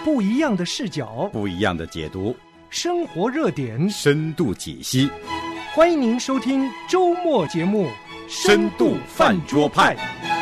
不一样的视角， 不一样的解读， 生活热点， 深度解析。 欢迎您收听周末节目《 深度饭桌派》。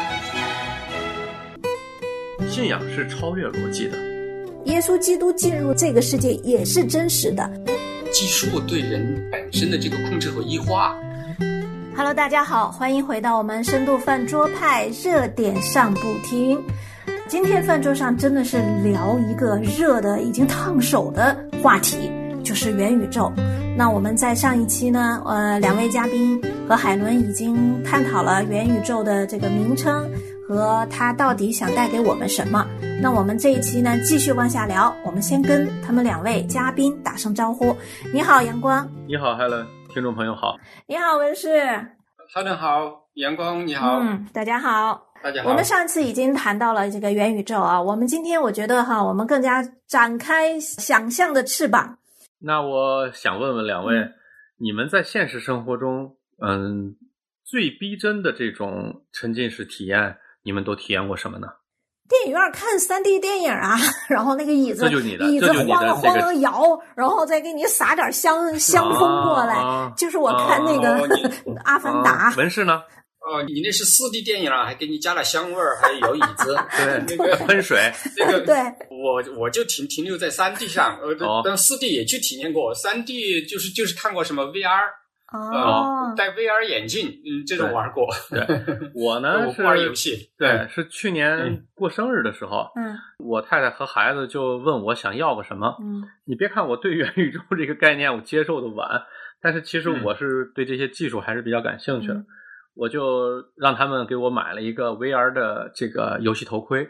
信仰是超越逻辑的， 耶稣基督进入这个世界也是真实的。 技术对人本身的这个控制和异化。 Hello， 大家好，欢迎回到我们深度饭桌派热点上不听。今天饭桌上真的是聊一个热的已经烫手的话题，就是元宇宙。那我们在上一期呢，两位嘉宾和海伦已经探讨了元宇宙的这个名称和它到底想带给我们什么。那我们这一期呢，继续往下聊。我们先跟他们两位嘉宾打声招呼。你好，阳光。 你好 Helen， 听众朋友好。 你好，文士。 Helen 好，阳光你好。 大家好。 大家好。 我们上次已经谈到了这个元宇宙啊，我们今天我觉得我们更加展开想象的翅膀。 那我想问问两位，你们在现实生活中最逼真的这种沉浸式体验，你们都体验过什么呢？ 电影院看 3D 电影啊，然后那个椅子晃了晃了摇，然后再给你撒点香风过来，就是我看那个阿凡达。 文士呢？ 你那是4D 电影啊，还给你加了香味儿，还有椅子， 对，那个喷水， 这个对。 我就停留在3D 上，但4D 也去体验过，3D 就是看过什么 VR，戴 VR 眼镜，这种玩过。 对，我呢是玩游戏， 对，是去年过生日的时候，我太太和孩子就问我想要个什么，你别看我对元宇宙这个概念我接受的晚，但是其实我是对这些技术还是比较感兴趣的。我就让他们给我买了一个 VR 的这个游戏头盔。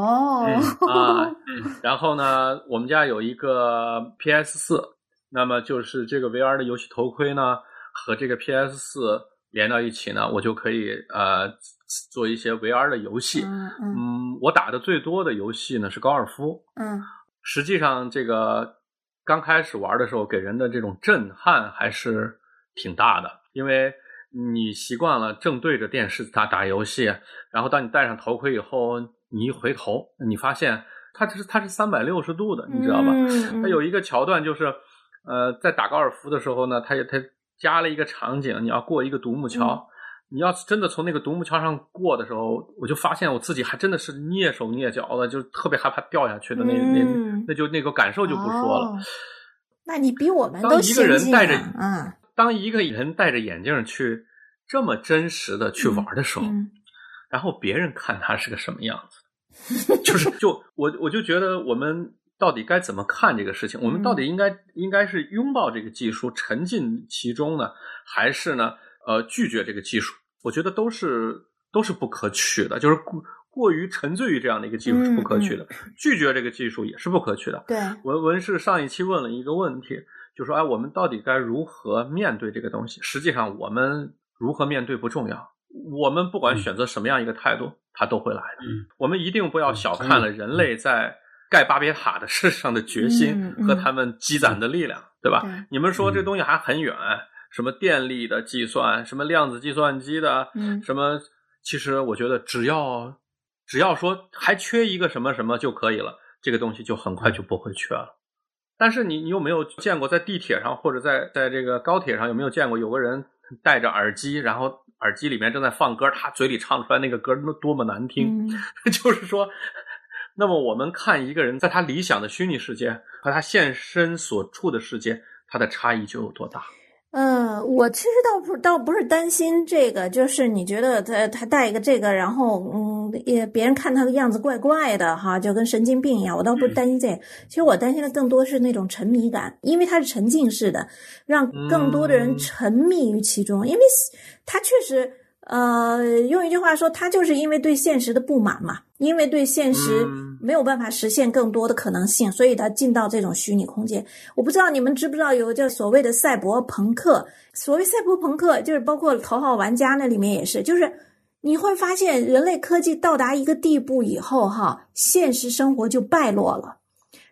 然后呢，我们家有一个 PS4， 那么就是这个 VR 的游戏头盔呢和这个 PS4 连到一起呢，我就可以做一些 VR 的游戏。我打的最多的游戏呢是高尔夫。实际上这个刚开始玩的时候给人的这种震撼还是挺大的，因为你习惯了正对着电视打游戏，然后当你戴上头盔以后，你一回头，你发现它是360度的，你知道吧？它有一个桥段就是在打高尔夫的时候呢，它加了一个场景，你要过一个独木桥，你要真的从那个独木桥上过的时候，我就发现我自己还真的是蹑手蹑脚的，就特别害怕掉下去的那个感受就不说了。 那你比我们都先进啊。 当一个人戴着眼镜去这么真实的去玩的时候，然后别人看他是个什么样子，我就觉得我们到底该怎么看这个事情？我们到底应该是拥抱这个技术，沉浸其中呢，还是呢拒绝这个技术？我觉得都是不可取的，就是过于沉醉于这样的一个技术是不可取的，拒绝这个技术也是不可取的。 对， 文士上一期问了一个问题。就说我们到底该如何面对这个东西？实际上我们如何面对不重要，我们不管选择什么样一个态度，它都会来的。我们一定不要小看了人类在盖巴别塔的事上的决心和他们积攒的力量，对吧？你们说这东西还很远，什么电力的计算，什么量子计算机的，什么，其实我觉得只要说还缺一个什么什么就可以了，这个东西就很快就不会缺了。但是你有没有见过在地铁上或者在这个高铁上有没有见过有个人戴着耳机，然后耳机里面正在放歌，他嘴里唱出来那个歌多么难听。就是说，那么我们看一个人在他理想的虚拟世界和他现身所处的世界，他的差异就有多大。 我其实倒不是担心这个，就是你觉得他带一个这个，然后别人看他的样子怪怪的哈，就跟神经病一样，我倒不是担心这个。其实我担心的更多是那种沉迷感，因为它是沉浸式的，让更多的人沉迷于其中，因为他确实用一句话说，他就是因为对现实的不满嘛，因为对现实没有办法实现更多的可能性，所以他进到这种虚拟空间。我不知道你们知不知道有叫所谓的赛博朋克，所谓赛博朋克就是包括头号玩家那里面也是，就是你会发现人类科技到达一个地步以后现实生活就败落了。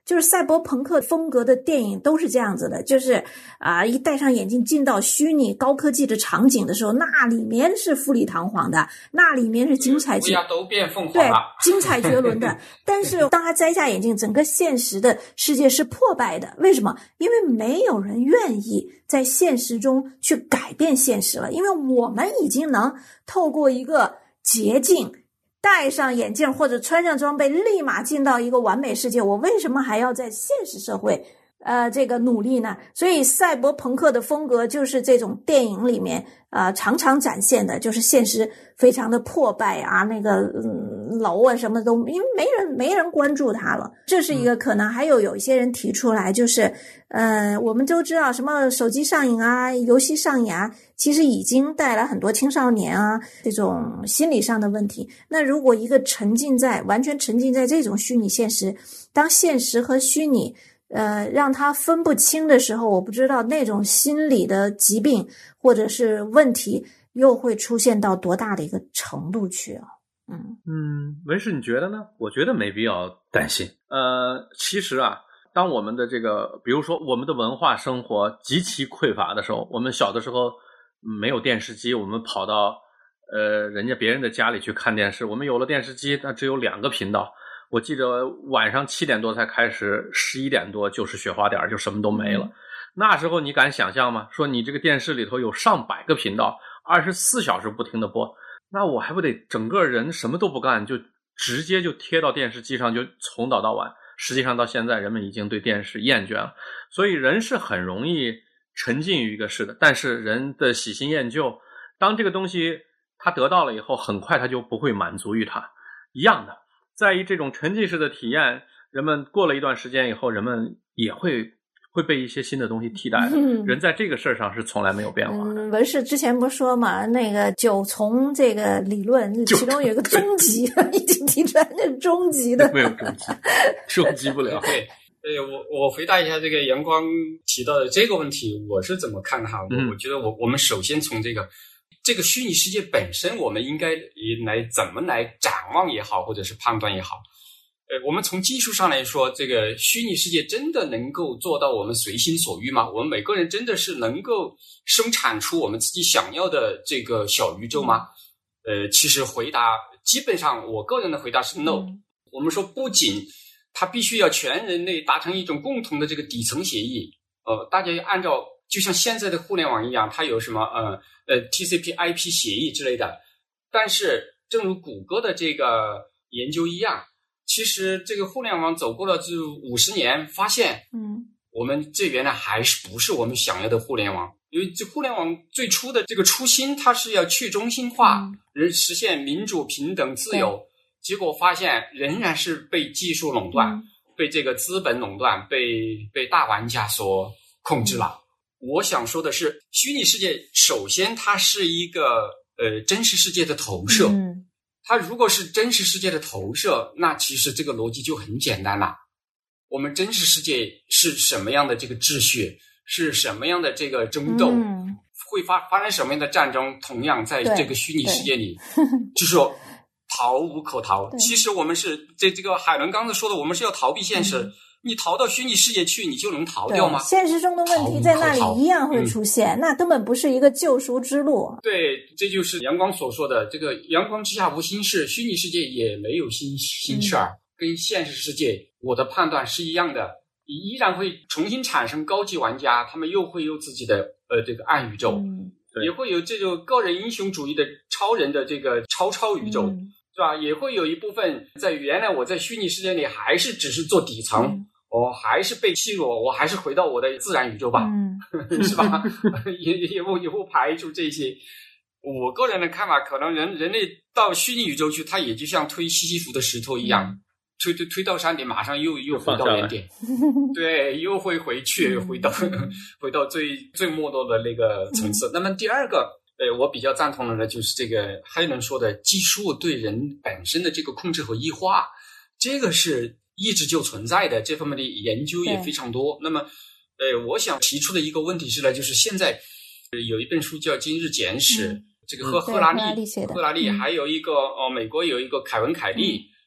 就是赛博朋克风格的电影都是这样子的，就是一戴上眼镜进到虚拟高科技的场景的时候，那里面是富丽堂皇的，那里面是精彩都变凤凰了， 对，精彩绝伦的。但是当他摘下眼镜，整个现实的世界是破败的。为什么？因为没有人愿意在现实中去改变现实了，因为我们已经能透过一个捷径戴上眼镜或者穿上装备立马进到一个完美世界，我为什么还要在现实社会这个努力呢？所以赛博朋克的风格就是这种电影里面常常展现的，就是现实非常的破败啊，那个楼啊什么都因为没人关注它了，这是一个可能。还有一些人提出来，就是我们都知道什么手机上瘾啊，游戏上瘾啊，其实已经带来很多青少年啊这种心理上的问题。那如果一个完全沉浸在这种虚拟现实，当现实和虚拟让他分不清的时候，我不知道那种心理的疾病或者是问题又会出现到多大的一个程度去啊？ 文士你觉得呢？我觉得没必要担心。其实当我们的这个，比如说我们的文化生活极其匮乏的时候，我们小的时候没有电视机，我们跑到别人的家里去看电视，我们有了电视机，它只有2个频道。我记得晚上7点多才开始，11点多就是雪花点，就什么都没了。那时候你敢想象吗？说你这个电视里头有上百个频道，24小时不停的播，那我还不得整个人什么都不干，就直接就贴到电视机上，就从早到晚。实际上到现在人们已经对电视厌倦了，所以人是很容易沉浸于一个事的。但是人的喜新厌旧，当这个东西他得到了以后，很快他就不会满足于它。一样的，在于这种沉浸式的体验，人们过了一段时间以后，人们也会被一些新的东西替代的。人在这个事儿上是从来没有变化的。 文士之前不是说嘛，那个9重这个理论，其中有一个终极，已经提出来那是终极的， 没有终极，终极不了。 对，我回答一下这个阳光提到的这个问题，我是怎么看哈？我觉得我们首先从这个虚拟世界本身，我们应该怎么来展望也好，或者是判断也好。我们从技术上来说，这个虚拟世界真的能够做到我们随心所欲吗？我们每个人真的是能够生产出我们自己想要的这个小宇宙吗？其实基本上我个人的回答是 no。我们说不仅它必须要全人类达成一种共同的这个底层协议，大家按照就像现在的互联网一样，它有什么TCP/IP 协议之类的。但是正如谷歌的这个研究一样，其实这个互联网走过了这50年，发现我们这原来还是不是我们想要的互联网。因为这互联网最初的这个初心，它是要去中心化，实现民主、平等、自由。结果发现仍然是被技术垄断，被这个资本垄断，被大玩家所控制了。我想说的是，虚拟世界首先它是一个真实世界的投射。它如果是真实世界的投射，那其实这个逻辑就很简单了。我们真实世界是什么样的这个秩序，是什么样的这个争斗，会发生什么样的战争，同样在这个虚拟世界里，就是说逃无可逃。其实我们是这个海伦刚才说的，我们是要逃避现实。你逃到虚拟世界去，你就能逃掉吗？ 现实中的问题在那里一样会出现，那根本不是一个救赎之路。 对，这就是阳光所说的，这个阳光之下无心事，虚拟世界也没有心事儿，跟现实世界我的判断是一样的，依然会重新产生高级玩家，他们又会有自己的这个暗宇宙，也会有这种个人英雄主义的超人的这个超宇宙，是吧？也会有一部分在原来我在虚拟世界里还是只是做底层。我还是被欺辱，我还是回到我的自然宇宙吧，是吧？也不排除这些。我个人的看法，可能人类到虚拟宇宙去，它也就像推西西弗的石头一样，推到山顶，马上又回到原点，对，又会回去，回到最没落的那个层次。那么第二个，我比较赞同的呢，就是这个海伦说的技术对人本身的这个控制和异化，这个是一直就存在的，这方面的研究也非常多。那么我想提出的一个问题是呢，就是现在有一本书叫《今日简史》，这个赫拉利还有一个美国有一个凯文凯利，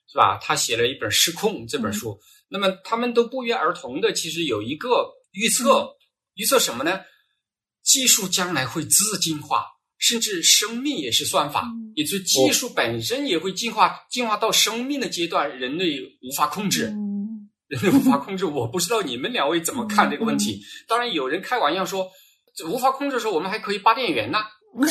是吧？他写了一本《失控》这本书，那么他们都不约而同的，其实有一个预测，预测什么呢？技术将来会自进化，甚至生命也是算法，也就是技术本身也会进化到生命的阶段，人类无法控制。人类无法控制，我不知道你们两位怎么看这个问题。当然有人开玩笑说，无法控制的时候我们还可以拔电源呢。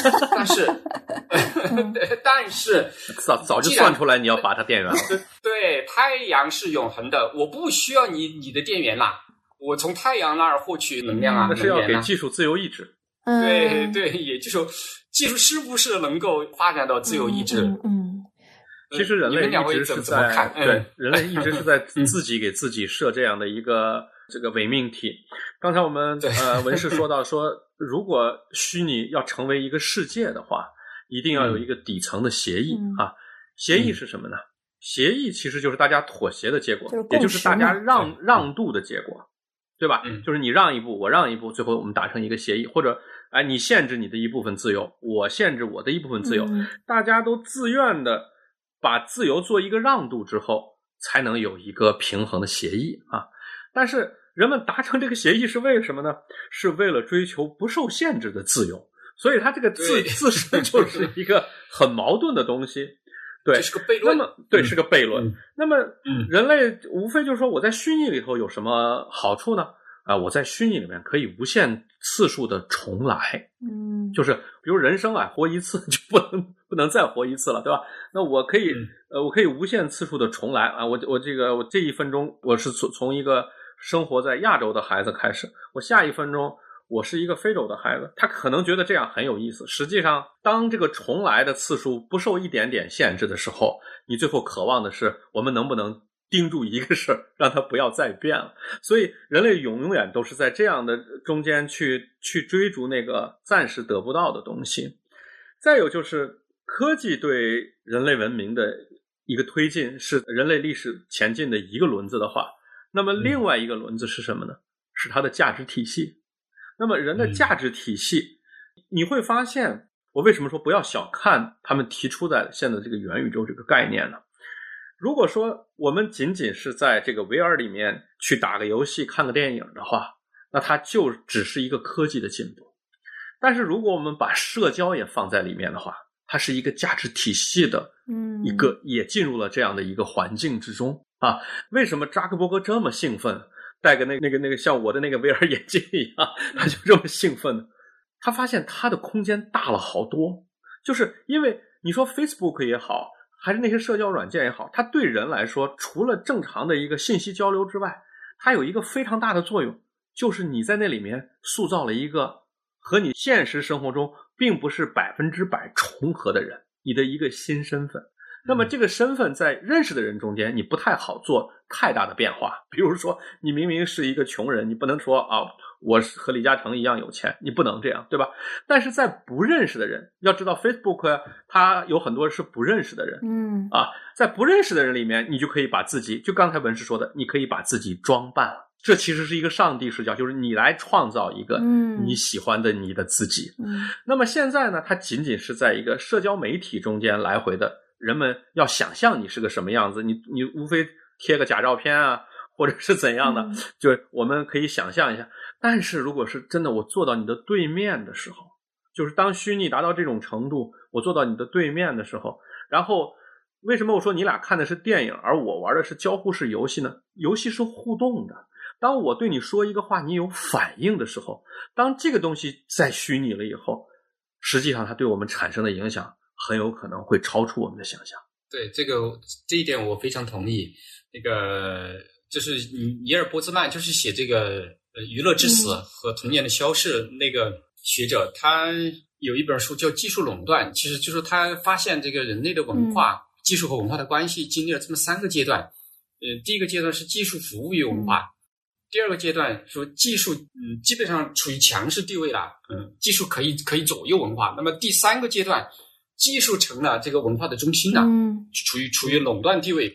但是早就算出来你要拔它电源了。 对，太阳是永恒的，我不需要你的电源啦，我从太阳那儿获取能量啊。 那是要给技术自由意志。 对对，也就是说技术是不是能够发展到自由意志？ 其实人类一直是在人类一直是在自己给自己设这样的一个这个伪命题。刚才我们文士说到说，如果虚拟要成为一个世界的话，一定要有一个底层的协议啊。协议是什么呢？协议其实就是大家妥协的结果，也就是大家让渡的结果，对吧？就是你让一步，我让一步，最后我们达成一个协议，或者你限制你的一部分自由，我限制我的一部分自由，大家都自愿的把自由做一个让渡之后，才能有一个平衡的协议啊。但是人们达成这个协议是为了什么呢？是为了追求不受限制的自由。所以它这个自身就是一个很矛盾的东西。对， 这是个悖论。 那么对，是个悖论。那么人类无非就是说，我在虚拟里头有什么好处呢？我在虚拟里面可以无限次数的重来。就是比如人生活一次就不能再活一次了，对吧？那我可以无限次数的重来啊！我这一分钟我是从一个生活在亚洲的孩子开始，我下一分钟我是一个非洲的孩子，他可能觉得这样很有意思。实际上，当这个重来的次数不受一点点限制的时候，你最后渴望的是我们能不能盯住一个事儿，让它不要再变了。所以人类永远都是在这样的中间去追逐那个暂时得不到的东西。再有就是科技对人类文明的一个推进是人类历史前进的一个轮子的话，那么另外一个轮子是什么呢？是它的价值体系。那么人的价值体系，你会发现，我为什么说不要小看他们提出的现在这个元宇宙这个概念呢？如果说我们仅仅是在这个 VR 里面去打个游戏看个电影的话，那它就只是一个科技的进步。但是如果我们把社交也放在里面的话，它是一个价值体系的一个也进入了这样的一个环境之中啊。为什么扎克伯格这么兴奋，戴个那个像我的那个 VR 眼镜一样，他就这么兴奋呢？他发现他的空间大了好多，就是因为你说 Facebook 也好，还是那些社交软件也好，它对人来说，除了正常的一个信息交流之外，它有一个非常大的作用，就是你在那里面塑造了一个和你现实生活中并不是100%重合的人，你的一个新身份。那么这个身份在认识的人中间，你不太好做太大的变化。比如说你明明是一个穷人，你不能说我和李嘉诚一样有钱，你不能这样，对吧？但是在不认识的人，要知道 Facebook 它有很多是不认识的人，在不认识的人里面，你就可以把自己，就刚才文士说的，你可以把自己装扮了。这其实是一个上帝视角，就是你来创造一个你喜欢的你的自己。那么现在呢，它仅仅是在一个社交媒体中间来回的，人们要想象你是个什么样子，你无非贴个假照片啊，或者是怎样的，就是我们可以想象一下。但是如果是真的我坐到你的对面的时候，就是当虚拟达到这种程度，我坐到你的对面的时候，然后为什么我说你俩看的是电影，而我玩的是交互式游戏呢？游戏是互动的，当我对你说一个话，你有反应的时候，当这个东西在虚拟了以后，实际上它对我们产生的影响很有可能会超出我们的想象。 对，这一点我非常同意。那个就是尼尔波兹曼，就是写这个娱乐至死和童年的消逝那个学者，他有一本书叫《技术垄断》，其实就是他发现这个人类的文化、技术和文化的关系经历了这么3个阶段。第一个阶段是技术服务于文化，第二个阶段说技术基本上处于强势地位了，技术可以左右文化。那么第3个阶段，技术成了这个文化的中心了，处于垄断地位。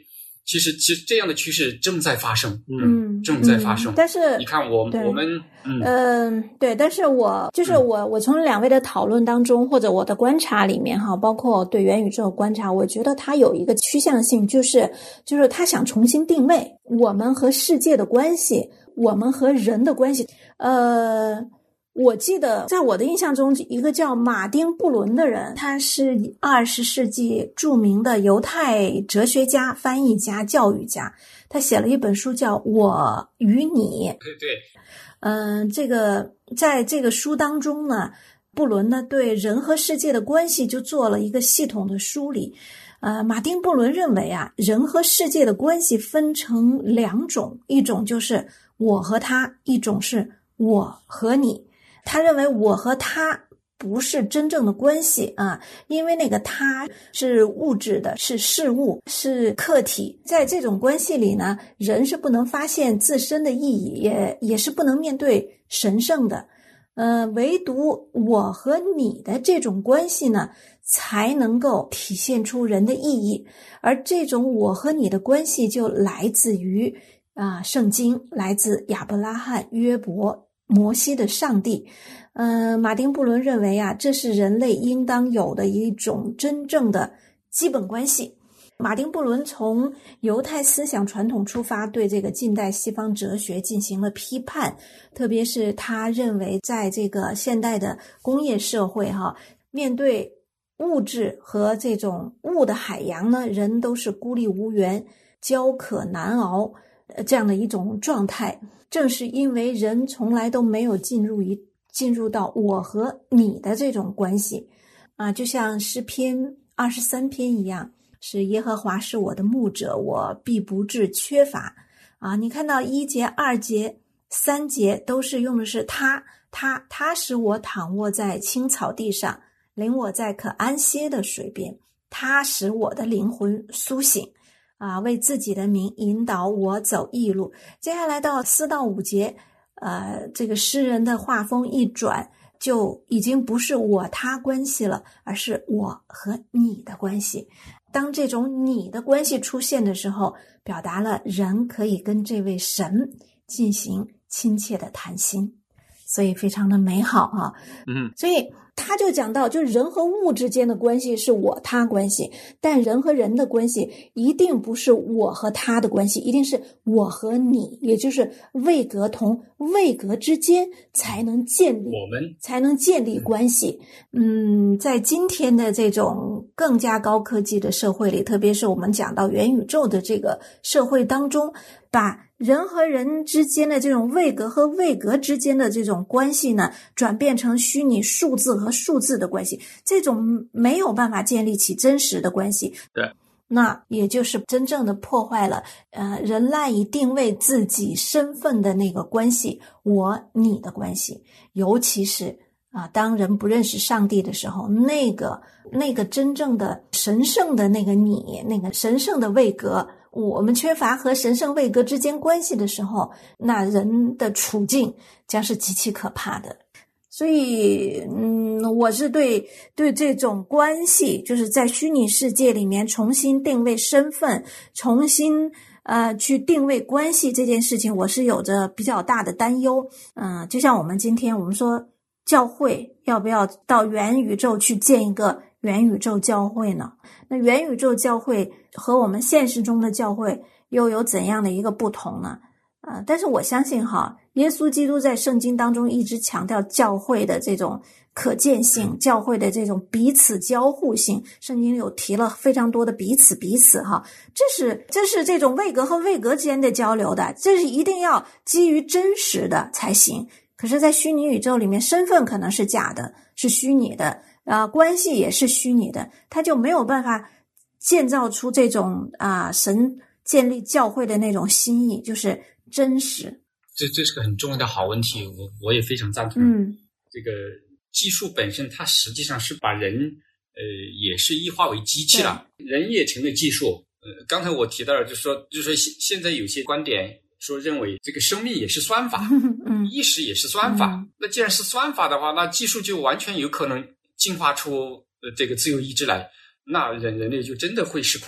其实这样的趋势正在发生，正在发生。 但是你看我们， 对，但是我从两位的讨论当中，或者我的观察里面哈，包括对元宇宙的观察，我觉得它有一个趋向性，就是他想重新定位我们和世界的关系，我们和人的关系。我记得在我的印象中，一个叫马丁布伦的人，他是20世纪著名的犹太哲学家、翻译家、教育家，他写了一本书叫《我与你》。 对， 这个在这个书当中呢，布伦呢对人和世界的关系就做了一个系统的梳理。马丁布伦认为啊，人和世界的关系分成两种，一种就是我和他，一种是我和你。他认为我和他不是真正的关系啊，因为那个他是物质的，是事物，是客体。在这种关系里呢，人是不能发现自身的意义，也是不能面对神圣的。唯独我和你的这种关系呢，才能够体现出人的意义。而这种我和你的关系就来自于圣经，来自亚伯拉罕、约伯、摩西的上帝。马丁布伦认为啊，这是人类应当有的一种真正的基本关系。马丁布伦从犹太思想传统出发，对这个近代西方哲学进行了批判，特别是他认为在这个现代的工业社会面对物质和这种物的海洋呢，人都是孤立无援、焦渴难熬这样的一种状态。正是因为人从来都没有进入到我和你的这种关系就像诗篇23篇一样，是耶和华是我的牧者，我必不致缺乏你看到1节、2节、3节都是用的是他使我躺卧在青草地上，领我在可安歇的水边，他使我的灵魂苏醒为自己的名引导我走义路。接下来到4到5节，这个诗人的画风一转，就已经不是我他关系了，而是我和你的关系。当这种你的关系出现的时候，表达了人可以跟这位神进行亲切的谈心，所以非常的美好所以他就讲到，就是人和物之间的关系是我他关系，但人和人的关系一定不是我和他的关系，一定是我和你，也就是位格同位格之间才能建立关系。在今天的这种更加高科技的社会里，特别是我们讲到元宇宙的这个社会当中，把人和人之间的这种位格和位格之间的这种关系呢，转变成虚拟数字和数字的关系，这种没有办法建立起真实的关系。 对， 那也就是真正的破坏了人赖以定位自己身份的那个关系，我你的关系。尤其是当人不认识上帝的时候，那个真正的神圣的那个你，那个神圣的位格，我们缺乏和神圣位格之间关系的时候，那人的处境将是极其可怕的。所以我是对这种关系，就是在虚拟世界里面重新定位身份，重新去定位关系这件事情，我是有着比较大的担忧。就像我们今天我们说教会要不要到元宇宙去建一个元宇宙教会呢？那元宇宙教会和我们现实中的教会又有怎样的一个不同呢？但是我相信耶稣基督在圣经当中一直强调教会的这种可见性，教会的这种彼此交互性，圣经有提了非常多的彼此这是这种位格和位格之间的交流的，这是一定要基于真实的才行。可是在虚拟宇宙里面，身份可能是假的，是虚拟的关系也是虚拟的，它就没有办法建造出这种神建立教会的那种心意，就是真实。 这是个很重要的好问题，我也非常赞同。这个技术本身它实际上是把人也是异化为机器了，人也成了技术。刚才我提到了就是说现在有些观点说认为这个生命也是算法，意识也是算法。那既然是算法的话，那技术就完全有可能进化出这个自由意志来，那人类就真的会失控。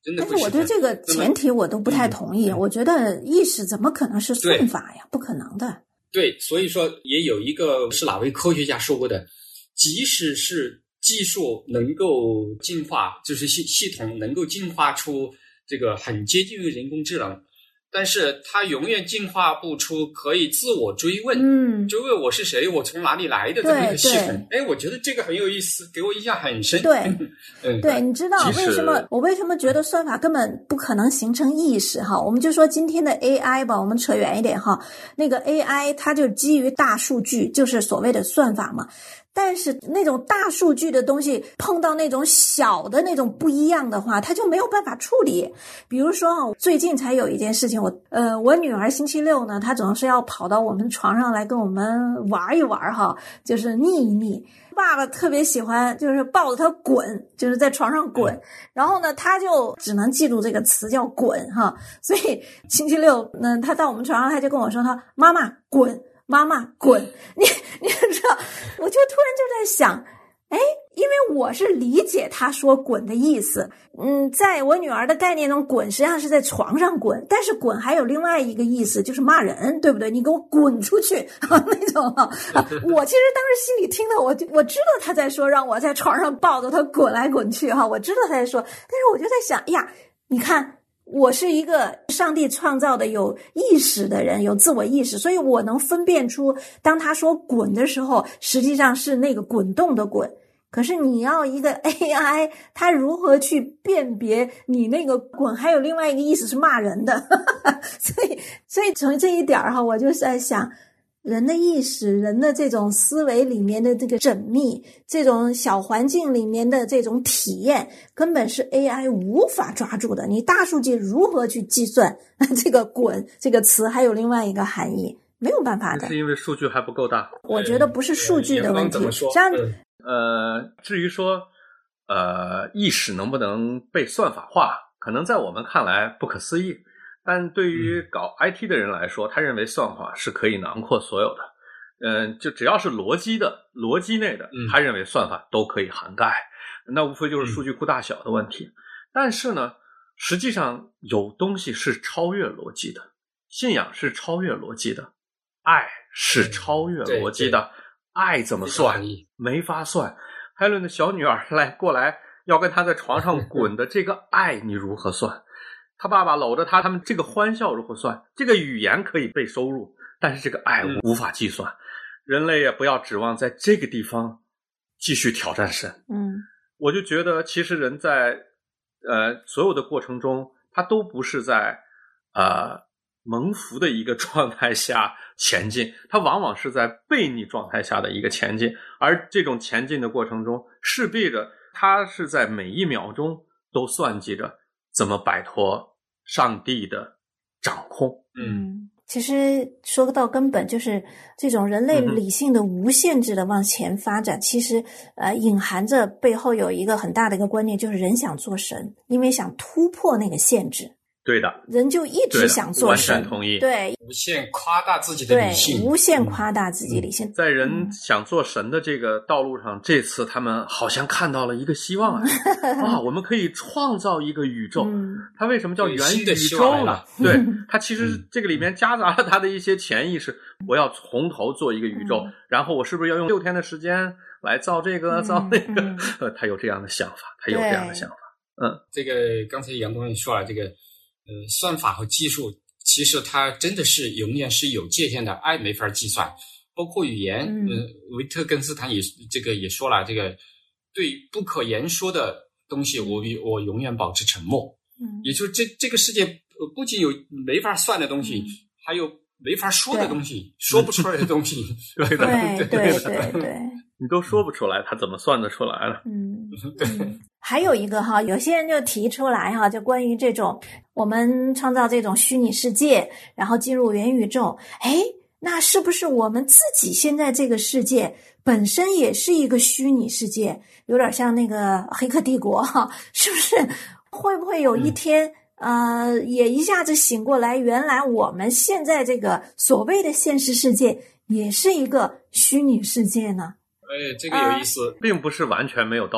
真的不适合。 但是我对这个前提我都不太同意，我觉得意识怎么可能是算法呀？不可能的。 对，所以说也有一个是哪位科学家说过的，即使是技术能够进化，就是系统能够进化出这个很接近于人工智能，但是它永远进化不出可以自我追问，追问我是谁，我从哪里来的这么一个系统。我觉得这个很有意思，给我印象很深。 对，对，你知道我为什么觉得算法根本不可能形成意识哈？我们就说今天的 AI 吧，我们扯远一点哈，那个 AI 它就基于大数据，就是所谓的算法嘛。但是那种大数据的东西碰到那种小的那种不一样的话，它就没有办法处理。比如说最近才有一件事情，我女儿星期六呢，她总是要跑到我们床上来跟我们玩一玩哈，就是腻一腻。爸爸特别喜欢就是抱着她滚，就是在床上滚，然后呢她就只能记住这个词叫滚哈。所以星期六呢，她到我们床上，她就跟我说，她妈妈滚，妈妈滚。你知道，我就突然就在想，因为我是理解他说滚的意思，在我女儿的概念中，滚实际上是在床上滚，但是滚还有另外一个意思，就是骂人，对不对？你给我滚出去那种我其实当时心里听到，我知道他在说让我在床上抱着他滚来滚去哈，我知道他在说，但是我就在想，你看。我是一个上帝创造的有意识的人，有自我意识，所以我能分辨出当他说滚的时候，实际上是那个滚动的滚。可是你要一个 AI， 它如何去辨别你那个滚还有另外一个意思是骂人的所以从这一点哈，我就在想人的意识，人的这种思维里面的这个缜密，这种小环境里面的这种体验，根本是 AI 无法抓住的。你大数据如何去计算这个滚这个词还有另外一个含义，没有办法的。 是因为数据还不够大。 我觉得不是数据的问题。 至于说意识能不能被算法化，可能在我们看来不可思议。但对于搞 IT 的人来说，他认为算法是可以囊括所有的，就只要是逻辑内的，他认为算法都可以涵盖，那无非就是数据库大小的问题。但是呢，实际上有东西是超越逻辑的，信仰是超越逻辑的，爱是超越逻辑的，爱怎么算？没法算。海伦的小女儿过来要跟他在床上滚的这个爱，你如何算？他爸爸搂着他们这个欢笑如何算？这个语言可以被收入，但是这个爱无法计算。人类也不要指望在这个地方继续挑战神。我就觉得其实人在所有的过程中，他都不是在蒙福的一个状态下前进，他往往是在悖逆状态下的一个前进，而这种前进的过程中，势必着他是在每一秒钟都算计着怎么摆脱上帝的掌控。 其实说到根本，就是这种人类理性的无限制的往前发展，其实隐含着背后有一个很大的一个观念，就是人想做神，因为想突破那个限制。 对的， 人就一直想做神， 完全同意。 对， 无限夸大自己的理性， 无限夸大自己理性。 在人想做神的这个道路上，这次他们好像看到了一个希望我们可以创造一个宇宙。它为什么叫元宇宙呢？对，它其实这个里面夹杂了它的一些潜意识，我要从头做一个宇宙，然后我是不是要用6天的时间来造这个造那个？他有这样的想法， 这个刚才杨东也说了，这个算法和技术其实它真的是永远是有界限的，爱没法计算，包括语言。维特根斯坦也说了，这个对不可言说的东西，我永远保持沉默。也就是这个世界不仅有没法算的东西，还有没法说的东西，说不出来的东西。 对， 你都说不出来，他怎么算得出来了？ 对。 还有一个有些人就提出来就关于这种我们创造这种虚拟世界，然后进入元宇宙，那是不是我们自己现在这个世界本身也是一个虚拟世界，有点像那个黑客帝国是不是会不会有一天也一下子醒过来，原来我们现在这个所谓的现实世界也是一个虚拟世界呢？ 这个有意思， 并不是完全没有道理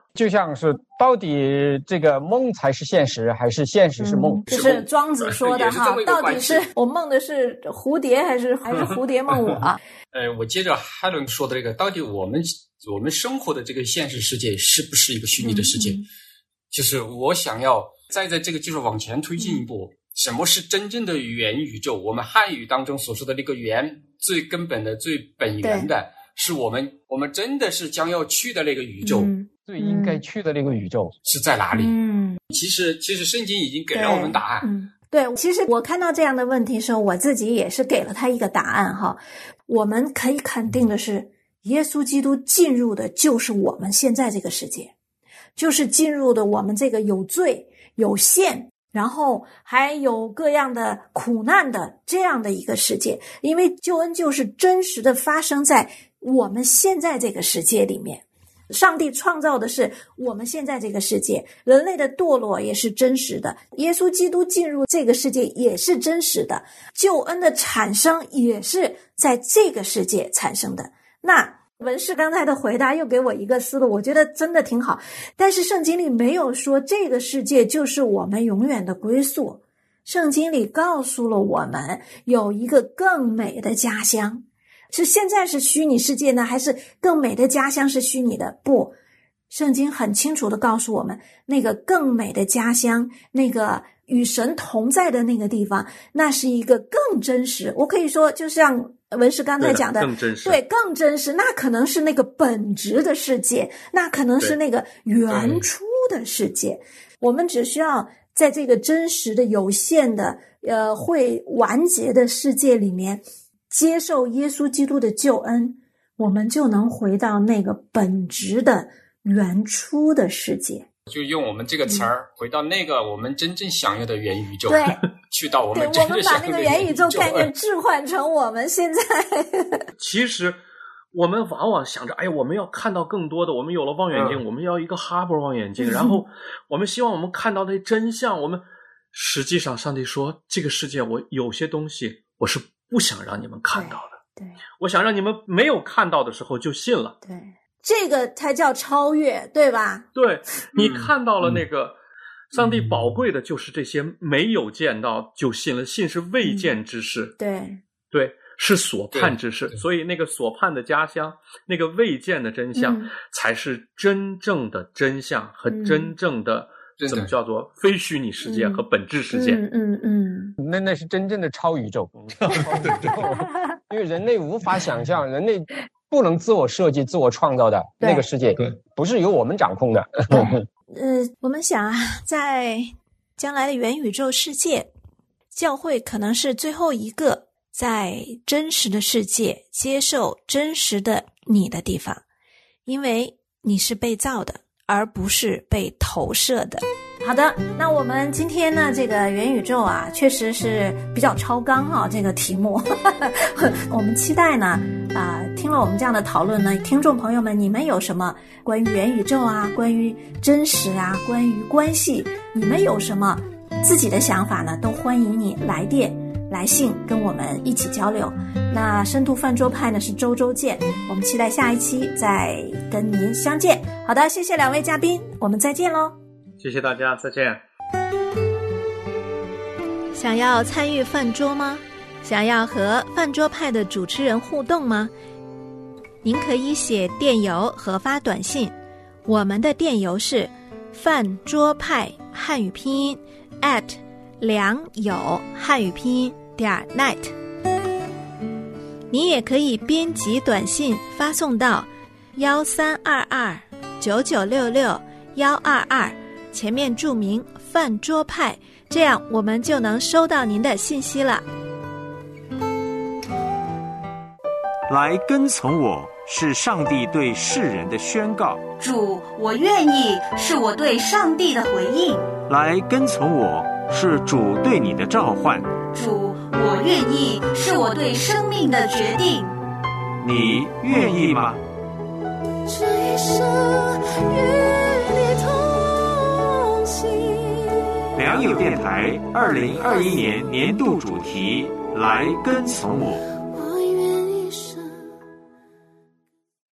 就像是到底这个梦才是现实，还是现实是梦？ 就是庄子说的哈，到底是我梦的是蝴蝶，还是蝴蝶梦我啊？ 我接着海伦说的这个，到底我们生活的这个现实世界是不是一个虚拟的世界？就是我想要在这个技术往前推进一步，什么是真正的元宇宙？我们汉语当中所说的那个元，最根本的、最本源的，是我们真的是将要去的那个宇宙。 最应该去的那个宇宙是在哪里？其实圣经已经给了我们答案。 对，其实我看到这样的问题的时候，我自己也是给了他一个答案哈。我们可以肯定的是，耶稣基督进入的就是我们现在这个世界，就是进入的我们这个有罪、有限，然后还有各样的苦难的这样的一个世界。因为救恩就是真实的发生在我们现在这个世界里面。上帝创造的是我们现在这个世界，人类的堕落也是真实的，耶稣基督进入这个世界也是真实的，救恩的产生也是在这个世界产生的。那文士刚才的回答又给我一个思路，我觉得真的挺好。但是圣经里没有说这个世界就是我们永远的归宿，圣经里告诉了我们有一个更美的家乡。是现在是虚拟世界呢，还是更美的家乡是虚拟的？不，圣经很清楚地告诉我们，那个更美的家乡，那个与神同在的那个地方，那是一个更真实。我可以说，就像文士刚才讲的， 更真实， 对，更真实。那可能是那个本质的世界，那可能是那个原初的世界。我们只需要在这个真实的、有限的、会完结的世界里面，接受耶稣基督的救恩，我们就能回到那个本质的原初的世界。 就用我们这个词儿，回到那个我们真正想要的元宇宙。 对， 去到我们真正想要的元宇宙。对，我们把那个元宇宙概念置换成我们现在。 其实我们往往想着，哎，我们要看到更多的，我们有了望远镜，我们要一个哈勃望远镜，然后我们希望我们看到的真相。我们实际上，上帝说，这个世界我有些东西我是不想让你们看到的， 对， 我想让你们没有看到的时候就信了， 对，这个才叫超越，对吧？ 对，你看到了那个上帝宝贵的就是这些没有见到就信了，信是未见之事， 对， 是所盼之事，所以那个所盼的家乡，那个未见的真相，才是真正的真相和真正的怎么叫做非虚拟世界和本质世界？ 那是真正的超宇宙，因为人类无法想象，人类不能自我设计、自我创造的那个世界，不是由我们掌控的。 我们想啊，在将来的元宇宙世界，教会可能是最后一个在真实的世界接受真实的你的地方，因为你是被造的，而不是被投射的。好的，那我们今天呢，这个元宇宙啊，确实是比较超纲啊，这个题目。我们期待呢，听了我们这样的讨论呢，听众朋友们，你们有什么关于元宇宙啊，关于真实啊，关于关系，你们有什么自己的想法呢？都欢迎你来电、来信跟我们一起交流。那深度饭桌派呢是周周见，我们期待下一期再跟您相见。好的，谢谢两位嘉宾，我们再见咯。 谢谢大家，再见。 想要参与饭桌吗？想要和饭桌派的主持人互动吗？您可以写电邮和发短信，我们的电邮是饭桌派汉语拼音@良友汉语拼音.net。你也可以编辑短信发送到13229966-122，前面注明饭桌派，这样我们就能收到您的信息了。 来跟从我，是上帝对世人的宣告。 主，我愿意，是我对上帝的回应。 来跟从我，是主对你的召唤。 主，我愿意，是我对生命的决定。 你愿意吗？ 这一生与你同行。 良友电台2021年年度主题：来跟从我。